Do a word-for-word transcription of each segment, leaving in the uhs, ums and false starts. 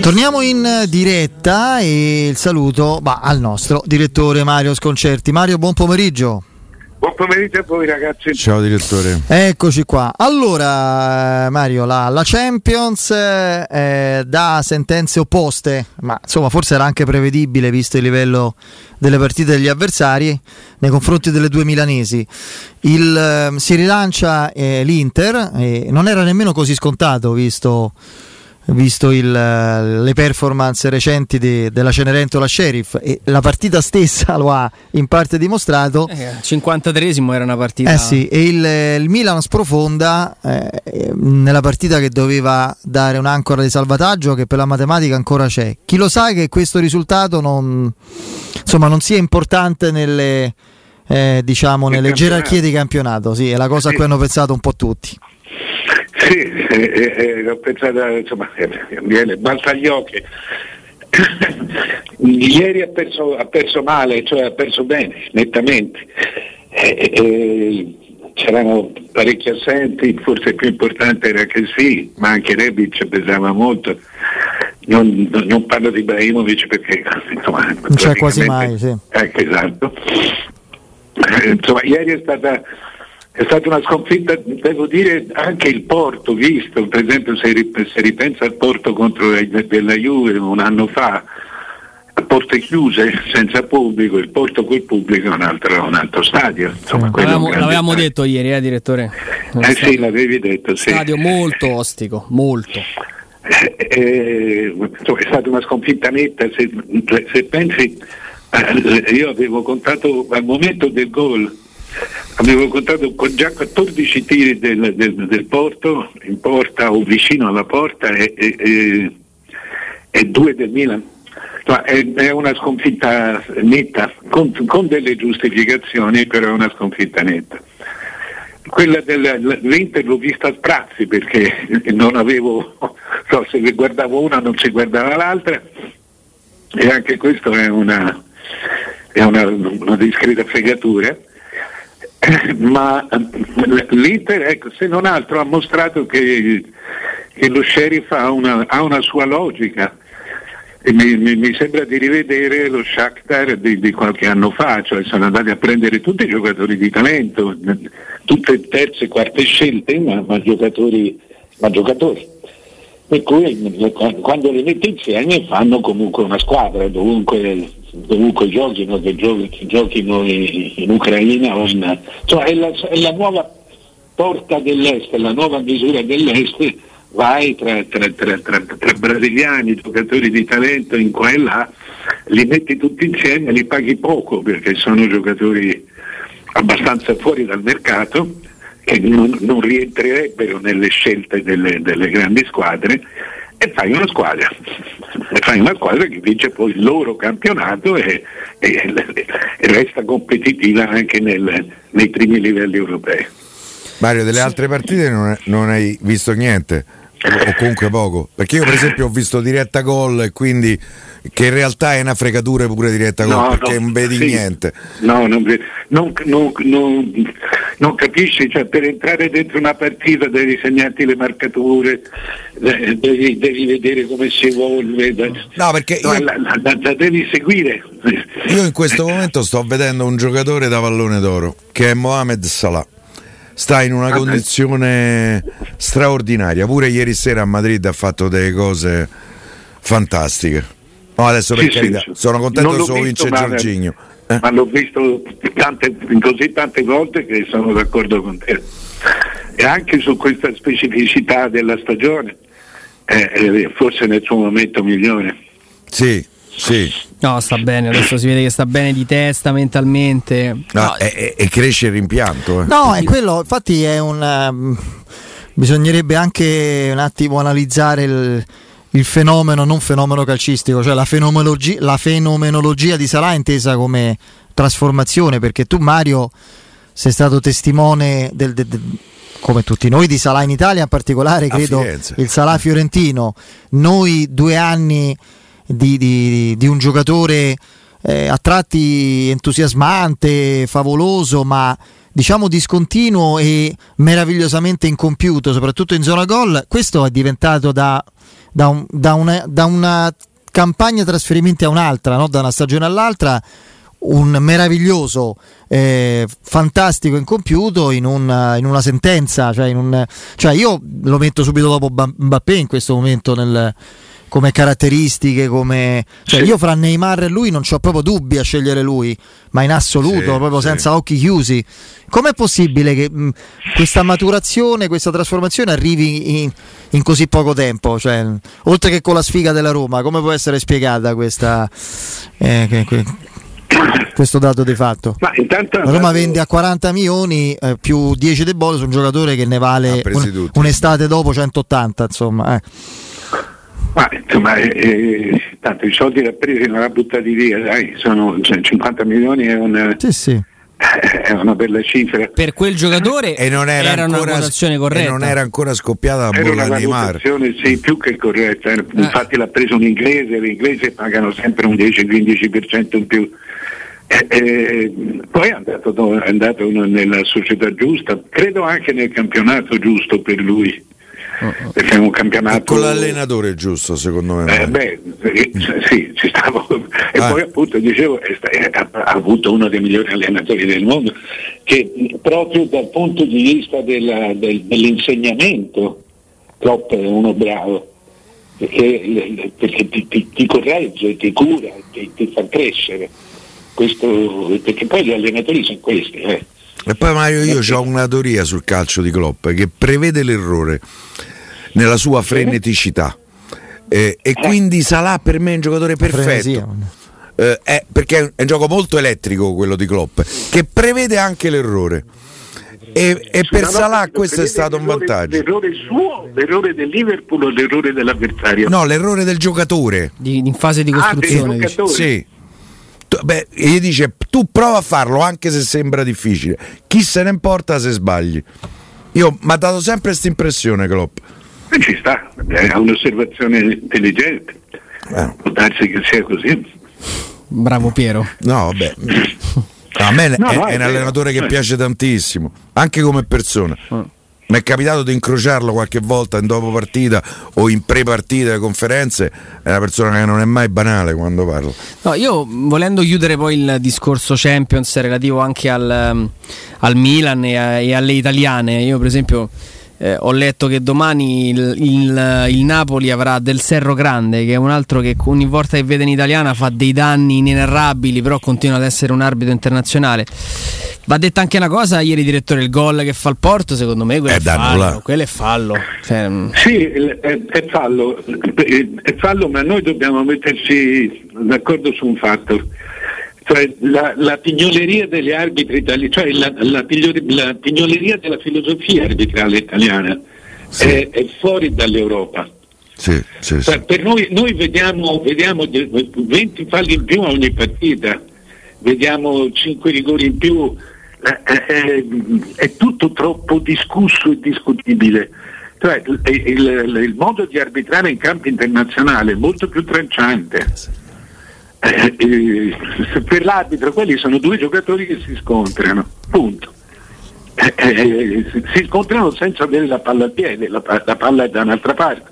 Torniamo in diretta e il saluto va al nostro direttore Mario Sconcerti. Mario, buon pomeriggio. Buon pomeriggio a voi ragazzi. Ciao direttore. Eccoci qua. Allora Mario, la, la Champions eh, dà sentenze opposte, ma insomma forse era anche prevedibile visto il livello delle partite degli avversari nei confronti delle due milanesi. Il, eh, si rilancia eh, l'Inter e non era nemmeno così scontato visto visto il, le performance recenti di, della Cenerentola Sheriff, e la partita stessa lo ha in parte dimostrato. eh, cinquantatreesimo era una partita eh sì, e il, il Milan sprofonda eh, nella partita che doveva dare un'ancora di salvataggio che per la matematica ancora c'è. Chi lo sa che questo risultato non, insomma, non sia importante nelle, eh, diciamo, nelle gerarchie di campionato. Sì, è la cosa a cui hanno pensato un po' tutti. Sì, eh, eh, ho pensato, insomma, eh, balza agli occhi. Ieri ha perso, ha perso male, cioè ha perso bene, nettamente. Eh, eh, c'erano parecchi assenti, forse il più importante era che sì, ma anche Rebic pesava molto. Non, non parlo di Ibrahimovic perché insomma non c'è quasi mai, sì. Ecco, esatto. Eh, insomma, ieri è stata È stata una sconfitta, devo dire, anche il Porto, visto, per esempio se, se ripensa al Porto contro della Juve un anno fa, a porte chiuse, senza pubblico, il Porto col pubblico è un altro, un altro stadio. Insomma, sì, l'avevamo, l'avevamo detto ieri, eh direttore? Eh stadio, sì, l'avevi detto, sì. Stadio molto ostico, molto. Eh, eh, insomma, è stata una sconfitta netta, se, se pensi, eh, io avevo contato al momento del gol, avevo contato con già quattordici tiri del, del, del Porto in porta o vicino alla porta e, e, e, e due del Milan. No, è, è una sconfitta netta, con, con delle giustificazioni, però è una sconfitta netta. Quella dell'Inter l'ho vista a sprazzi perché non avevo, so, se guardavo una non si guardava l'altra, e anche questo è una, è una, una discreta fregatura. Ma l'Inter, ecco, se non altro ha mostrato che, che lo Sheriff ha una, ha una sua logica, e mi, mi, mi sembra di rivedere lo Shakhtar di, di qualche anno fa, cioè sono andati a prendere tutti i giocatori di talento, tutte terze e quarte scelte, ma, ma giocatori ma giocatori per cui quando le metti insieme fanno comunque una squadra dovunque dovunque giochino, che giochi, giochino in, in Ucraina o in, cioè è la, è la nuova porta dell'est, la nuova misura dell'est. Vai tra, tra, tra, tra, tra brasiliani, giocatori di talento in qua e là, li metti tutti insieme e li paghi poco perché sono giocatori abbastanza fuori dal mercato, che non, non rientrerebbero nelle scelte delle, delle grandi squadre, e fai una squadra e fai una squadra che vince poi il loro campionato e, e, e resta competitiva anche nel, nei primi livelli europei. Mario, delle altre partite non, è, non hai visto niente o comunque poco? Perché io per esempio ho visto diretta gol, e quindi che in realtà è una fregatura pure diretta gol, no, perché non vedi sì, niente. No, non, non, non, non, non capisci, cioè per entrare dentro una partita devi segnarti le marcature, devi, devi vedere come si evolve. No, perché no, io, la, la, la, la devi seguire. Io in questo momento sto vedendo un giocatore da pallone d'oro che è Mohamed Salah. Sta in una condizione straordinaria, pure ieri sera a Madrid ha fatto delle cose fantastiche. No, adesso per sì, carità, sì, sono contento se lo vince ma, Jorginho. Eh? Ma l'ho visto tante, così tante volte che sono d'accordo con te. E anche su questa specificità della stagione, eh, forse nel suo momento migliore. Sì, sì. No, sta bene, adesso si vede che sta bene di testa, mentalmente. No, no. E, e cresce il rimpianto. Eh. No, è quello, infatti è un... Um, bisognerebbe anche un attimo analizzare il, il fenomeno, non fenomeno calcistico, cioè la fenomenologia, la fenomenologia di Salah intesa come trasformazione, perché tu Mario sei stato testimone del, del, del come tutti noi di Salah in Italia, in particolare credo il Salah fiorentino. Noi due anni Di, di, di un giocatore eh, a tratti entusiasmante, favoloso, ma diciamo discontinuo e meravigliosamente incompiuto, soprattutto in zona gol. Questo è diventato da, da, un, da, una, da una campagna trasferimenti a un'altra, no? Da una stagione all'altra, un meraviglioso, eh, fantastico incompiuto in una, in una sentenza, cioè, in un, cioè io lo metto subito dopo Mbappé in questo momento nel, come caratteristiche, come, cioè io fra Neymar e lui non c'ho proprio dubbi a scegliere lui, ma in assoluto, sì, proprio sì. senza occhi chiusi. Com'è possibile che mh, questa maturazione, questa trasformazione arrivi in, in così poco tempo? Cioè, oltre che con la sfiga della Roma, come può essere spiegata questa eh, che, que, questo dato di fatto? Ma intanto la Roma vende a quaranta milioni eh, più dieci De Bono su un giocatore che ne vale un, un'estate dopo centottanta, insomma. Eh. Ma insomma, eh, eh, tanto i soldi da presi non l'ha buttati via, dai, sono cioè, cinquanta milioni è una, sì, sì. è una bella cifra. Per quel giocatore e non era, era ancora, una valutazione corretta. E non era ancora scoppiata la bolla Neymar. Era una valutazione sì, più che corretta. Eh. Infatti l'ha preso un inglese, gli inglesi pagano sempre un dieci quindici per cento in più. Eh, eh, poi è andato, è andato nella società giusta, credo anche nel campionato giusto per lui. Perché è un campionato con l'allenatore giusto, secondo me. Eh, beh, sì, ci stavo. E ah. poi appunto dicevo è, ha, ha avuto uno dei migliori allenatori del mondo, che proprio dal punto di vista della, del, dell'insegnamento Klopp è uno bravo, perché, perché ti, ti, ti corregge, ti cura, ti, ti fa crescere. Questo, perché poi gli allenatori sono questi, eh. E poi Mario, io ho una teoria sul calcio di Klopp che prevede l'errore nella sua freneticità, eh, e quindi Salah per me è un giocatore perfetto, eh, è, perché è un gioco molto elettrico quello di Klopp, che prevede anche l'errore, e, e per Salah questo è stato un vantaggio. L'errore suo, l'errore del Liverpool o l'errore dell'avversario? No, l'errore del giocatore di, in fase di costruzione. Ah, sì. Beh, gli dice tu prova a farlo anche se sembra difficile, chi se ne importa se sbagli. Io mi ha dato sempre questa impressione Klopp. E ci sta, è un'osservazione intelligente, eh. può darsi che sia così. Bravo Piero. No vabbè, a me no, è, no, è, è un allenatore che no. piace tantissimo, anche come persona. oh. Mi è capitato di incrociarlo qualche volta in dopo partita o in pre partita delle conferenze, è una persona che non è mai banale quando parla. No, io volendo chiudere poi il discorso Champions relativo anche al, al Milan e, a, e alle italiane, io per esempio eh, ho letto che domani il, il, il Napoli avrà Del Cerro Grande, che è un altro che ogni volta che vede in italiana fa dei danni inenarrabili, però continua ad essere un arbitro internazionale. Va detta anche una cosa, ieri direttore, il gol che fa il Porto, secondo me quello è, è fallo, quello è fallo. Cioè, sì, è, è fallo, è fallo, ma noi dobbiamo metterci d'accordo su un fatto. Cioè la, la pignoleria degli arbitri italiani, cioè la, la, la pignoleria della filosofia arbitrale italiana sì. è, è fuori dall'europa. Sì, sì, cioè, sì. Per noi, noi vediamo, vediamo venti falli in più a ogni partita, vediamo cinque rigori in più. È, è tutto troppo discusso e discutibile. Cioè, il, il, il modo di arbitrare in campo internazionale è molto più tranciante. Eh, eh, per l'arbitro quelli sono due giocatori che si scontrano, punto. Eh, eh, si scontrano senza avere la palla al piede, la, la palla è da un'altra parte.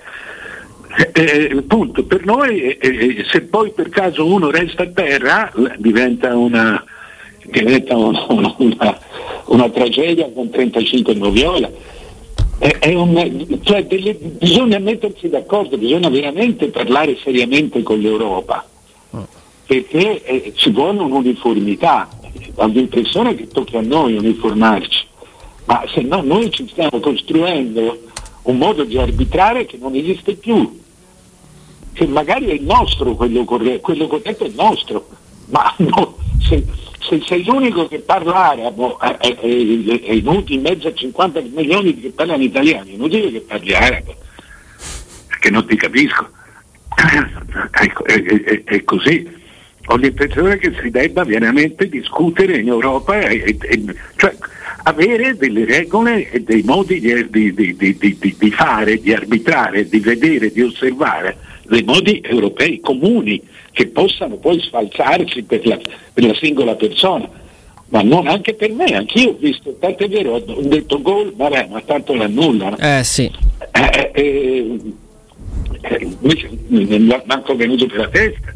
Eh, punto. Per noi, eh, se poi per caso uno resta a terra, diventa una diventa una, una, una tragedia con trentacinque moviola. È, è un, cioè delle, bisogna mettersi d'accordo, bisogna veramente parlare seriamente con l'Europa, perché eh, ci vuole un'uniformità. Ho l'impressione che tocchi a noi uniformarci, ma se no noi ci stiamo costruendo un modo di arbitrare che non esiste più, che magari è il nostro, quello corretto, quello corretto è il nostro, ma no, se, se sei l'unico che parla arabo è, è, è, è inutile, in mezzo a cinquanta milioni che parlano italiano, è inutile che parli arabo, perché non ti capisco. Ecco, è, è, è così. Ho l'impressione che si debba veramente discutere in Europa, e, e, cioè avere delle regole e dei modi di, di, di, di, di, di fare, di arbitrare, di vedere, di osservare, dei modi europei comuni che possano poi sfalsarsi per la, per la singola persona, ma non anche per me. Anch'io ho visto, tanto è vero, ho detto gol, vabbè, ma tanto l'annullano. Eh sì. Eh, eh, eh, non è manco venuto per la testa.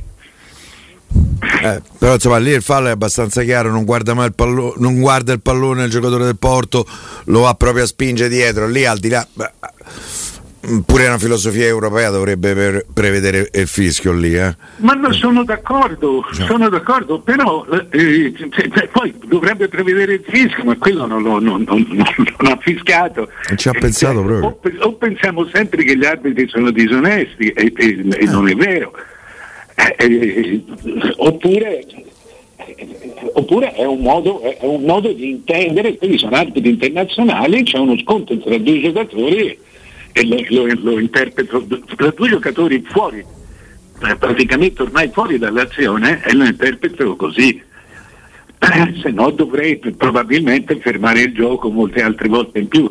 Eh, però insomma lì il fallo è abbastanza chiaro, non guarda mai il pallone, non guarda il pallone il giocatore del Porto, lo va proprio a spingere dietro, lì al di là beh, pure una filosofia europea dovrebbe per, prevedere il fischio lì, eh. Ma non sono d'accordo, no. sono d'accordo, però eh, cioè, poi dovrebbe prevedere il fischio, ma quello non, lo, non, non, non ha fischiato. Non ci ha eh, pensato proprio. O, o pensiamo sempre che gli arbitri sono disonesti e, e, e non è vero. Eh, eh, oppure, eh, oppure è un modo è un modo di intendere, quindi sono arbitri internazionali, c'è uno scontro tra due giocatori e lo, lo, lo interpreto tra due giocatori fuori, praticamente ormai fuori dall'azione, e lo interpreto così. Eh, se no dovrei probabilmente fermare il gioco molte altre volte in più.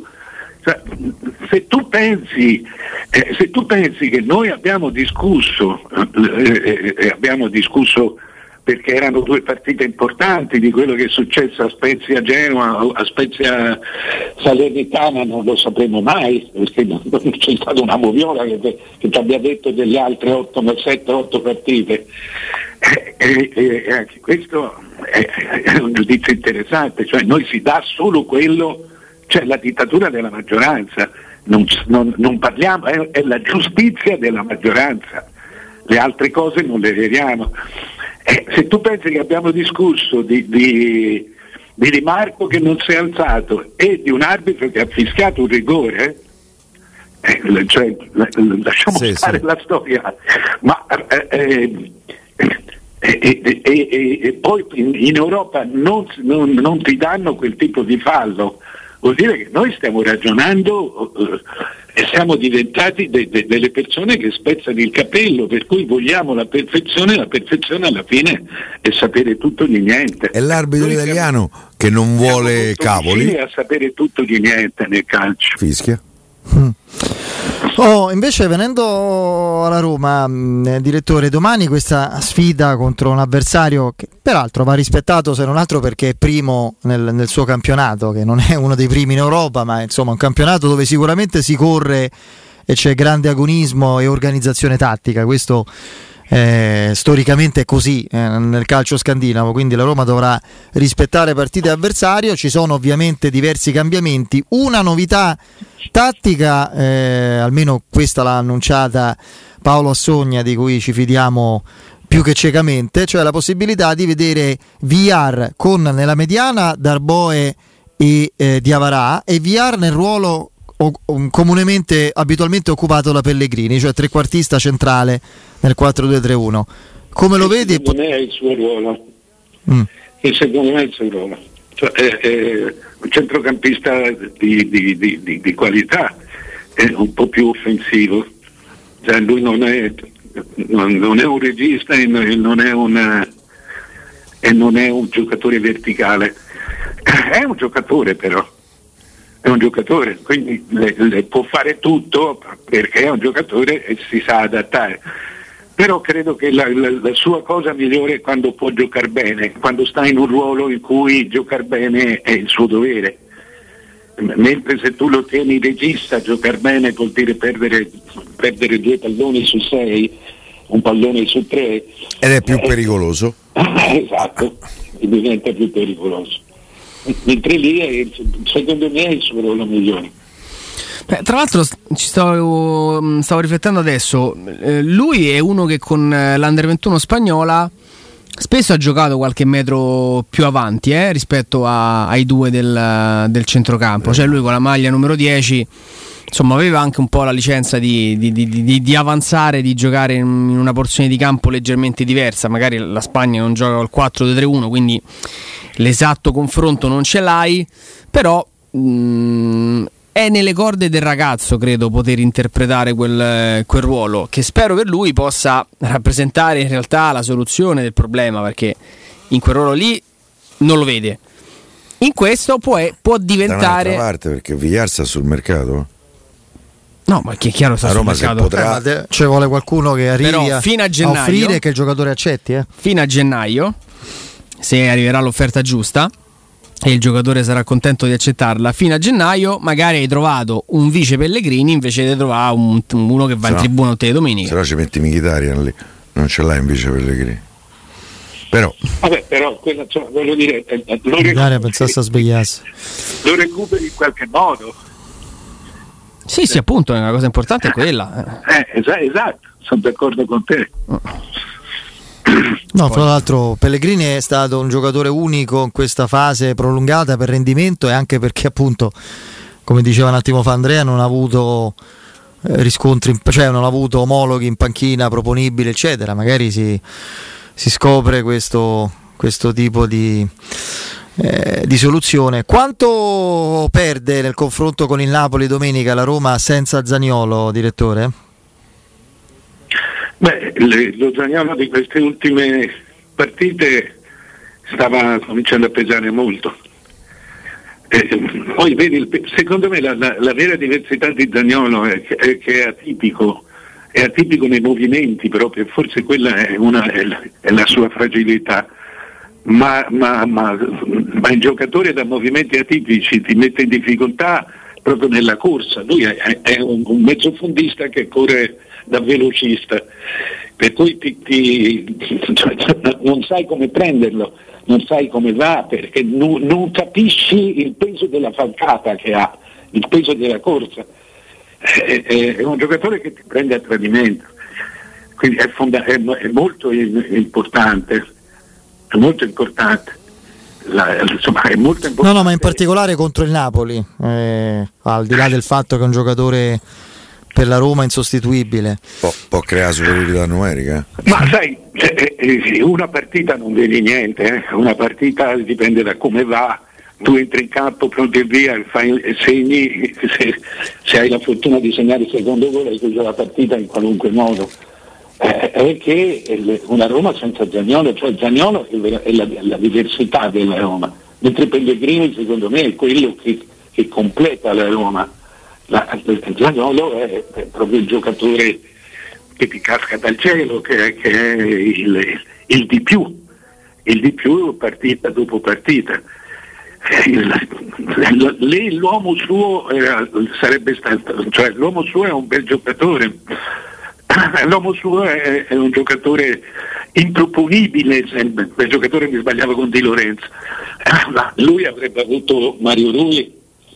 Se tu pensi eh, se tu pensi che noi abbiamo discusso eh, eh, abbiamo discusso perché erano due partite importanti di quello che è successo a Spezia Genoa o a Spezia Salernitana, non lo sapremo mai, perché non c'è stata una moviola che, che ti abbia detto delle altre otto, sette otto partite. Eh, eh, eh, anche questo è, è un giudizio interessante, cioè noi si dà solo quello. C'è la dittatura della maggioranza, non, non, non parliamo, è, è la giustizia della maggioranza, le altre cose non le vediamo. Eh, se tu pensi che abbiamo discusso di, di, di Di Marco che non si è alzato e di un arbitro che ha fischiato un rigore, eh, cioè, lasciamo sì, stare sì. la storia, ma eh, eh, E, e, e, e poi in, in Europa non, non, non ti danno quel tipo di fallo. Vuol dire che noi stiamo ragionando uh, e siamo diventati de, de, delle persone che spezzano il capello, per cui vogliamo la perfezione, la perfezione alla fine è sapere tutto di niente. È l'arbitro noi italiano siamo, che non vuole cavoli a sapere tutto di niente nel calcio. Fischia. Mm. Oh, invece venendo alla Roma, mh, direttore, domani questa sfida contro un avversario che peraltro va rispettato, se non altro perché è primo nel, nel suo campionato, che non è uno dei primi in Europa, ma insomma un campionato dove sicuramente si corre e c'è grande agonismo e organizzazione tattica. Questo eh, storicamente è così eh, nel calcio scandinavo, quindi la Roma dovrà rispettare partite avversario. Ci sono ovviamente diversi cambiamenti, una novità tattica, eh, almeno questa l'ha annunciata Paolo Assogna, di cui ci fidiamo più che ciecamente, cioè la possibilità di vedere V R con nella mediana Darboe e eh, Diavarà, e V R nel ruolo o, o, comunemente abitualmente occupato da Pellegrini, cioè trequartista centrale nel quattro due tre uno. Come lo vedi? Non è il suo ruolo, mm. e secondo me è il suo ruolo. Cioè, è, è un centrocampista di, di, di, di, di qualità, è un po' più offensivo, cioè, lui non è, non, non è un regista e non è un, e non è un giocatore verticale, è un giocatore però, è un giocatore, quindi le, le può fare tutto perché è un giocatore e si sa adattare. Però credo che la, la, la sua cosa migliore è quando può giocare bene, quando sta in un ruolo in cui giocare bene è il suo dovere. Mentre se tu lo tieni regista, giocare bene vuol dire perdere, perdere due palloni su sei, un pallone su tre. Ed è più eh, pericoloso. Esatto, diventa più pericoloso. Mentre lì è, secondo me è il suo ruolo migliore. Beh, tra l'altro ci stavo, stavo riflettendo adesso, eh, lui è uno che con l'Under ventuno spagnola spesso ha giocato qualche metro più avanti eh, rispetto a, ai due del, del centrocampo, cioè lui con la maglia numero dieci insomma aveva anche un po' la licenza di, di, di, di, di avanzare, di giocare in una porzione di campo leggermente diversa. Magari la Spagna non gioca col quattro due tre uno, quindi l'esatto confronto non ce l'hai, però mh, è nelle corde del ragazzo, credo, poter interpretare quel, quel ruolo, che spero per lui possa rappresentare in realtà la soluzione del problema, perché in quel ruolo lì non lo vede. In questo può, può diventare... Da parte, perché Villar sta sul mercato. No, ma che è chiaro sta a sul Roma mercato. Potrà... Eh, ci vuole qualcuno che arrivi Però, a, fino a, gennaio, a offrire che il giocatore accetti. Eh. Fino a gennaio, se arriverà l'offerta giusta, e il giocatore sarà contento di accettarla. Fino a gennaio magari hai trovato un vice Pellegrini invece di trovare un, uno che va se in no, tribuna tutte le domeniche. Se no ci metti Mkhitaryan lì, non ce l'hai in vice Pellegrini. Però vabbè, però quella, cioè, voglio dire, lo recuperi, pensasse a svegliarsi. Lo recuperi in qualche modo. Sì, sì, appunto, è una cosa importante è quella. Eh, es- esatto, sono d'accordo con te. No, fra l'altro Pellegrini è stato un giocatore unico in questa fase prolungata per rendimento e anche perché appunto, come diceva un attimo fa Andrea, non ha avuto eh, riscontri, cioè non ha avuto omologhi in panchina proponibili eccetera. Magari si, si scopre questo, questo tipo di, eh, di soluzione. Quanto perde nel confronto con il Napoli domenica la Roma senza Zaniolo, direttore? Beh, le, lo Zaniolo di queste ultime partite stava cominciando a pesare molto. Eh, poi vedi, il, secondo me la, la, la vera diversità di Zaniolo è, è che è atipico, è atipico nei movimenti proprio, forse quella è, una, è, la, è la sua fragilità. Ma, ma, ma, ma il giocatore da movimenti atipici ti mette in difficoltà proprio nella corsa. Lui è, è un, un mezzofondista che corre da velocista, per cui ti, ti, cioè, non sai come prenderlo, non sai come va, perché non, non capisci il peso della falcata che ha, il peso della corsa. È, è, è un giocatore che ti prende a tradimento, quindi è, fonda- è, è molto importante, è molto importante. La, insomma, è molto importante. No, no, ma in particolare contro il Napoli, eh, al di là del fatto che è un giocatore per la Roma insostituibile. Può, può creare superiorità numerica. Ma sai, eh, una partita non vedi niente, eh. Una partita dipende da come va. Tu entri in campo, pronti e via, fai, segni, se, se hai la fortuna di segnare il secondo gol hai chiuso la partita in qualunque modo. Eh, è che una Roma senza Zaniolo, cioè Zaniolo è la, la diversità della Roma, mentre Pellegrini secondo me è quello che, che completa la Roma. La, Zaniolo è, è proprio il giocatore che ti casca dal cielo, che è, che è il, il di più, il di più partita dopo partita. Il, lì l'uomo suo era, sarebbe stato, cioè l'uomo suo è un bel giocatore, l'uomo suo è, è un giocatore improponibile, sempre. Quel giocatore mi sbagliava con Di Lorenzo, lui avrebbe avuto Mario Rui.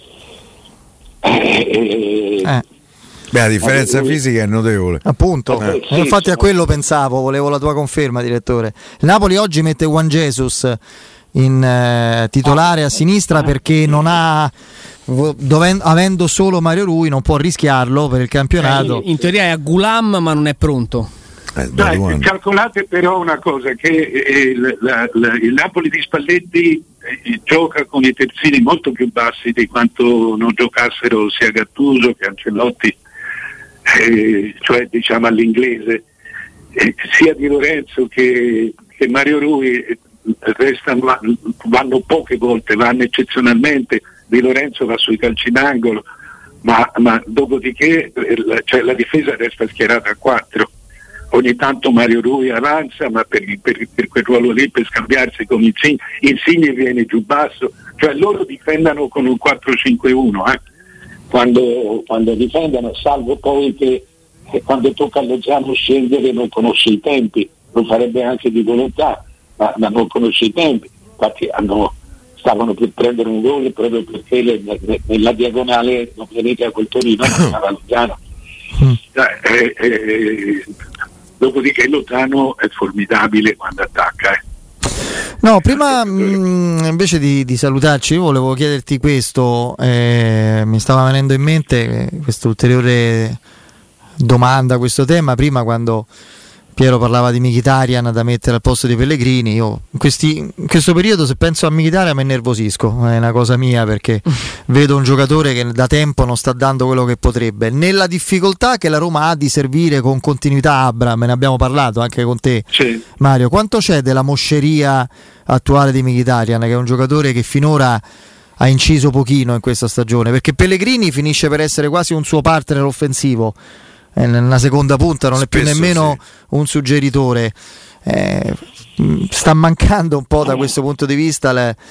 Eh. Beh, la differenza fisica è notevole. Appunto, eh. eh, infatti a quello pensavo, volevo la tua conferma, direttore. Il Napoli oggi mette Juan Jesus in eh, titolare a sinistra perché non ha, dovendo, avendo solo Mario Rui, non può rischiarlo per il campionato. Eh, in teoria è a Gulam, ma non è pronto. Eh, Dai, calcolate però una cosa, che eh, la, la, il Napoli di Spalletti eh, gioca con i terzini molto più bassi di quanto non giocassero sia Gattuso che Ancelotti, eh, cioè diciamo all'inglese, eh, sia Di Lorenzo che, che Mario Rui eh, restano, vanno poche volte, vanno eccezionalmente. Di Lorenzo va sui calci d'angolo, ma, ma dopodiché eh, la, cioè, la difesa resta schierata a quattro. Ogni tanto Mario Rui avanza, ma per, per, per quel ruolo lì, per scambiarsi con Insigne, Insigne viene giù basso, cioè loro difendano con un quattro cinque uno, eh? quando, quando difendono, salvo poi che, che quando tocca a Lozano scendere non conosce i tempi, lo farebbe anche di volontà, ma, ma non conosce i tempi, infatti hanno, stavano per prendere un gol proprio perché le, le, nella diagonale non venite a quel Torino, non stava Lozano. Mm. Eh, eh, Dopodiché Lozano è formidabile quando attacca. Eh. No, prima mh, invece di, di salutarci, io volevo chiederti questo, eh, mi stava venendo in mente questa ulteriore domanda, questo tema, prima quando Piero parlava di Mkhitaryan da mettere al posto di Pellegrini. Io in, questi, in questo periodo, se penso a Mkhitaryan, mi innervosisco, è una cosa mia, perché vedo un giocatore che da tempo non sta dando quello che potrebbe, nella difficoltà che la Roma ha di servire con continuità Abraham, ne abbiamo parlato anche con te, sì. Mario. Quanto c'è della mosceria attuale di Mkhitaryan, che è un giocatore che finora ha inciso pochino in questa stagione, perché Pellegrini finisce per essere quasi un suo partner offensivo, nella seconda punta non Spesso è più nemmeno sì. un suggeritore, eh, sta mancando un po' da questo punto di vista le,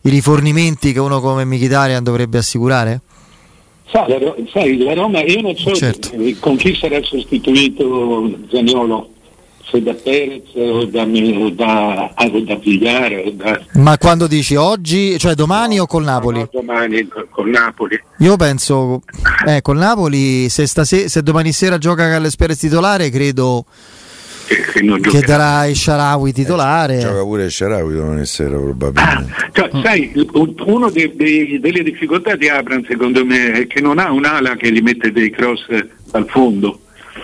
i rifornimenti che uno come Mkhitaryan dovrebbe assicurare? Sai, la, sai, la Roma, io non so certo. con chi sarà sostituito Zaniolo, se da Perez o da, o da, o da Villar o da... Ma quando dici oggi, cioè domani no, o col Napoli? No, domani col Napoli. Io penso, eh, col Napoli, se, stase- se domani sera gioca Carles Perez titolare, credo che, che, che darà il Shaarawy titolare. Eh, gioca pure il Shaarawy domani sera probabilmente. Ah, cioè, sai, uno dei, dei, delle difficoltà di Abrams secondo me è che non ha un'ala che gli mette dei cross dal fondo.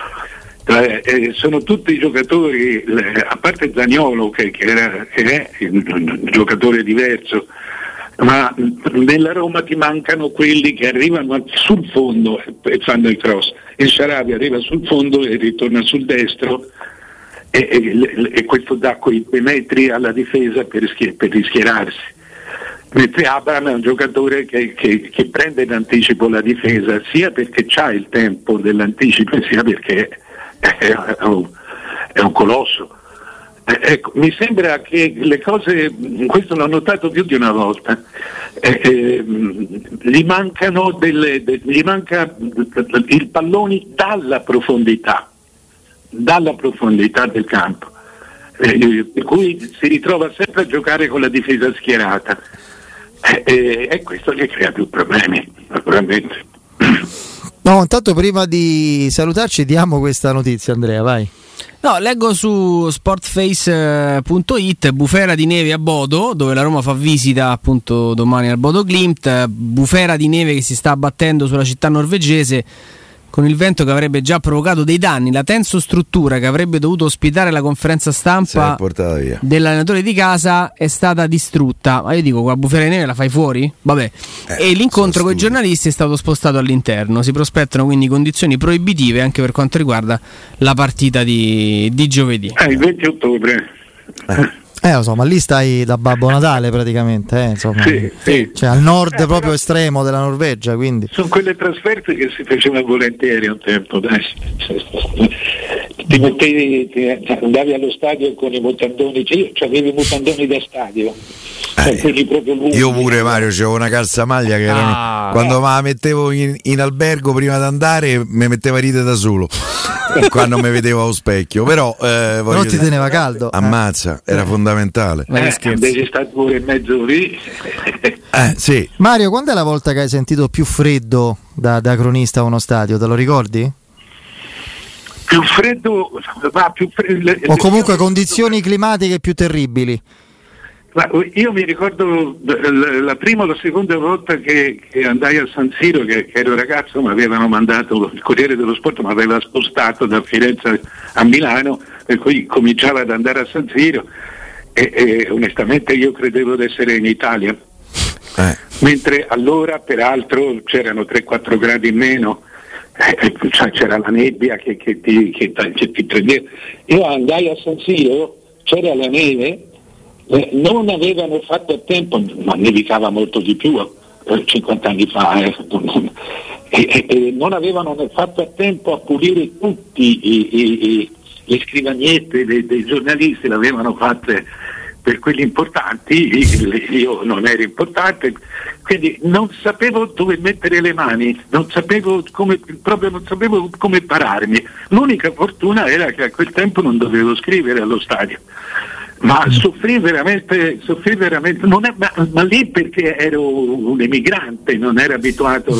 Eh, eh, sono tutti giocatori, eh, a parte Zaniolo che, che, era, che è un giocatore diverso, ma nella Roma ti mancano quelli che arrivano sul fondo e, e fanno il cross. Il Shaarawy arriva sul fondo e ritorna sul destro e, e, e questo dà quei metri alla difesa per, schier- per rischierarsi. Mentre Abraham è un giocatore che, che, che prende in anticipo la difesa sia perché c'ha il tempo dell'anticipo sia perché è un, è un colosso. Eh, ecco, mi sembra che le cose, questo l'ho notato più di una volta, eh, eh, gli mancano delle, de, gli manca il pallone dalla profondità, dalla profondità del campo, eh, per cui si ritrova sempre a giocare con la difesa schierata eh, eh, e questo gli crea più problemi, naturalmente. No, intanto prima di salutarci diamo questa notizia, Andrea, vai. No, leggo su sportface punto it, bufera di neve a Bodo, dove la Roma fa visita appunto domani al Bodo Glimt, bufera di neve che si sta abbattendo sulla città norvegese con il vento che avrebbe già provocato dei danni. La tensostruttura che avrebbe dovuto ospitare la conferenza stampa dell'allenatore di casa è stata distrutta. Ma io dico, con la bufera di neve la fai fuori? Vabbè. Eh, e l'incontro con i giornalisti è stato spostato all'interno. Si prospettano quindi condizioni proibitive anche per quanto riguarda la partita di, di giovedì. Eh, il venti ottobre. Eh. Eh, lo so, ma lì stai da Babbo Natale praticamente, eh, insomma. Sì, sì. Cioè al nord eh, proprio estremo della Norvegia, quindi. Sono quelle trasferte che si facevano volentieri un tempo, dai. Ti mettevi, ti andavi allo stadio con i mutandoni, cioè io avevo i mutandoni da stadio. Eh, quelli proprio lunghi. Io pure, Mario, c'avevo una calzamaglia che erano, ah, quando eh. me la mettevo in, in albergo prima di andare mi metteva a ridere da solo quando mi vedevo allo specchio, però eh, non ti teneva caldo, ammazza, era fondamentale. Eh, invece sta pure in mezzo lì. Eh, sì. Mario, quando è la volta che hai sentito più freddo da, da cronista a uno stadio, te lo ricordi? Più freddo, ma più freddo, o comunque condizioni climatiche più terribili? Io mi ricordo la prima o la seconda volta che, che andai a San Siro, che, che ero ragazzo, mi avevano mandato, il Corriere dello Sport mi aveva spostato da Firenze a Milano, per cui cominciava ad andare a San Siro e, e onestamente io credevo di essere in Italia, eh. mentre allora peraltro c'erano tre quattro gradi in meno, eh, cioè c'era la nebbia che, che ti, che, che ti prendeva. Io andai a San Siro, c'era la neve. Eh, non avevano fatto a tempo, ma nevicava molto di più eh, cinquanta anni fa, eh, e, e non avevano fatto a tempo a pulire tutti i, i, i, le scrivaniette dei, dei giornalisti, le avevano fatte per quelli importanti, io non ero importante, quindi non sapevo dove mettere le mani, non sapevo come, proprio non sapevo come pararmi. L'unica fortuna era che a quel tempo non dovevo scrivere allo stadio. Ma soffrì veramente, soffrì veramente, non è, ma, ma lì perché ero un emigrante, non ero abituato,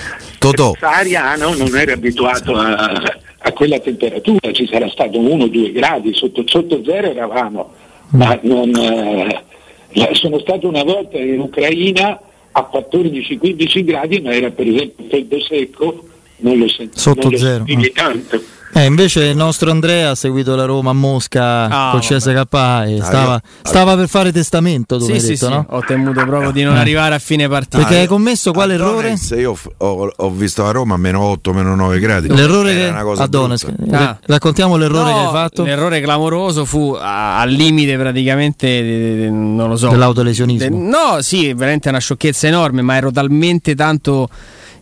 ariano, non ero abituato a, a quella temperatura, ci sarà stato uno o due gradi, sotto, sotto zero eravamo, ma non, eh, sono stato una volta in Ucraina a quattordici quindici gradi, ma era per esempio freddo secco, non lo sentivo sotto zero. tanto. Eh, invece il nostro Andrea ha seguito la Roma a Mosca ah, col C S K A e stava, stava per fare testamento, tu sì, hai sì, detto, sì. no? Ho temuto proprio di non eh. arrivare a fine partita. Perché hai commesso quale a errore? Donetsk, io ho, ho visto a Roma a meno otto, meno nove gradi. L'errore che a Donetsk. Ah. Raccontiamo l'errore no, che hai fatto. L'errore clamoroso fu al limite praticamente, non lo so, dell'autolesionismo. De, no, sì, veramente una sciocchezza enorme, ma ero talmente tanto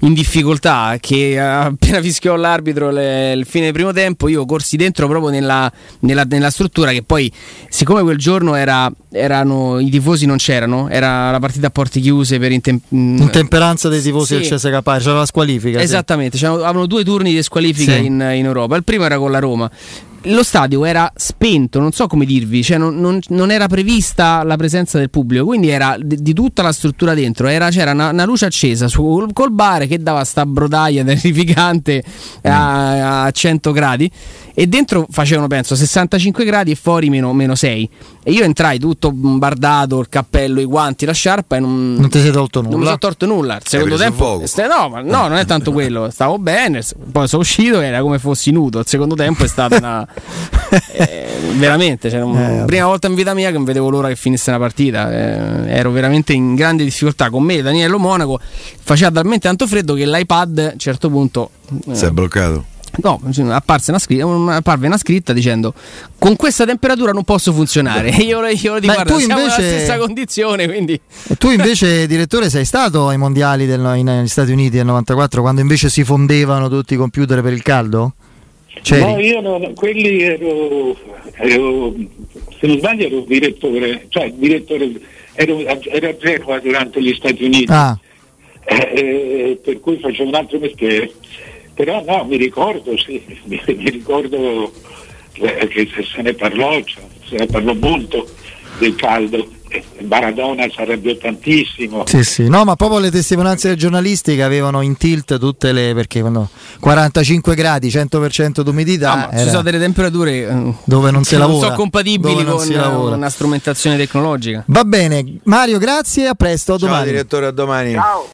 in difficoltà, che appena fischiò l'arbitro le, il fine del primo tempo io corsi dentro proprio nella, nella, nella struttura, che poi siccome quel giorno era, erano i tifosi non c'erano, era la partita a porte chiuse per intem- intemperanza dei tifosi sì. del C S K A, c'era la squalifica. Esattamente, sì. Avevano due turni di squalifica sì. in, in Europa, il primo era con la Roma. Lo stadio era spento, non so come dirvi, cioè non, non, non era prevista la presenza del pubblico, quindi era di, di tutta la struttura dentro, era, c'era una, una luce accesa su, col bar che dava sta brodaia terrificante a, a cento gradi, e dentro facevano penso sessantacinque gradi e fuori meno, meno sei, e io entrai tutto bardato, il cappello, i guanti, la sciarpa, e non, non ti sei tolto nulla. Non mi sono tolto nulla. Il secondo tempo st- no, ma no, non è tanto quello, stavo bene, poi sono uscito e era come fossi nudo. Il secondo tempo è stata una eh, veramente, cioè, un, eh, prima volta in vita mia che non vedevo l'ora che finisse una partita, eh, ero veramente in grande difficoltà. Con me Daniello Monaco faceva talmente tanto freddo che l'iPad a un certo punto eh, si è bloccato. No, apparve una, scritta, apparve una scritta dicendo: con questa temperatura non posso funzionare. E io, io dico, guarda, siamo invece, nella stessa condizione, quindi. E tu invece, direttore, sei stato ai mondiali del, negli Stati Uniti del novantaquattro, quando invece si fondevano tutti i computer per il caldo? C'eri? No, io non, quelli ero, ero, se non sbaglio ero direttore, cioè direttore, ero, ero a Genova durante gli Stati Uniti, ah. eh, per cui facevo un altro mestiere. Però no, mi ricordo, sì, mi, mi ricordo che se ne parlò, cioè, se ne parlò molto del caldo. Maradona si arrabbiò tantissimo. Sì, sì, no, ma proprio le testimonianze dei giornalisti che avevano in tilt tutte le, perché no, quarantacinque gradi, cento per cento d'umidità. No, ci sono delle temperature dove non si lavora, non sono compatibili con una strumentazione tecnologica. Va bene, Mario, grazie, a presto, a domani. Ciao direttore, a domani. Ciao.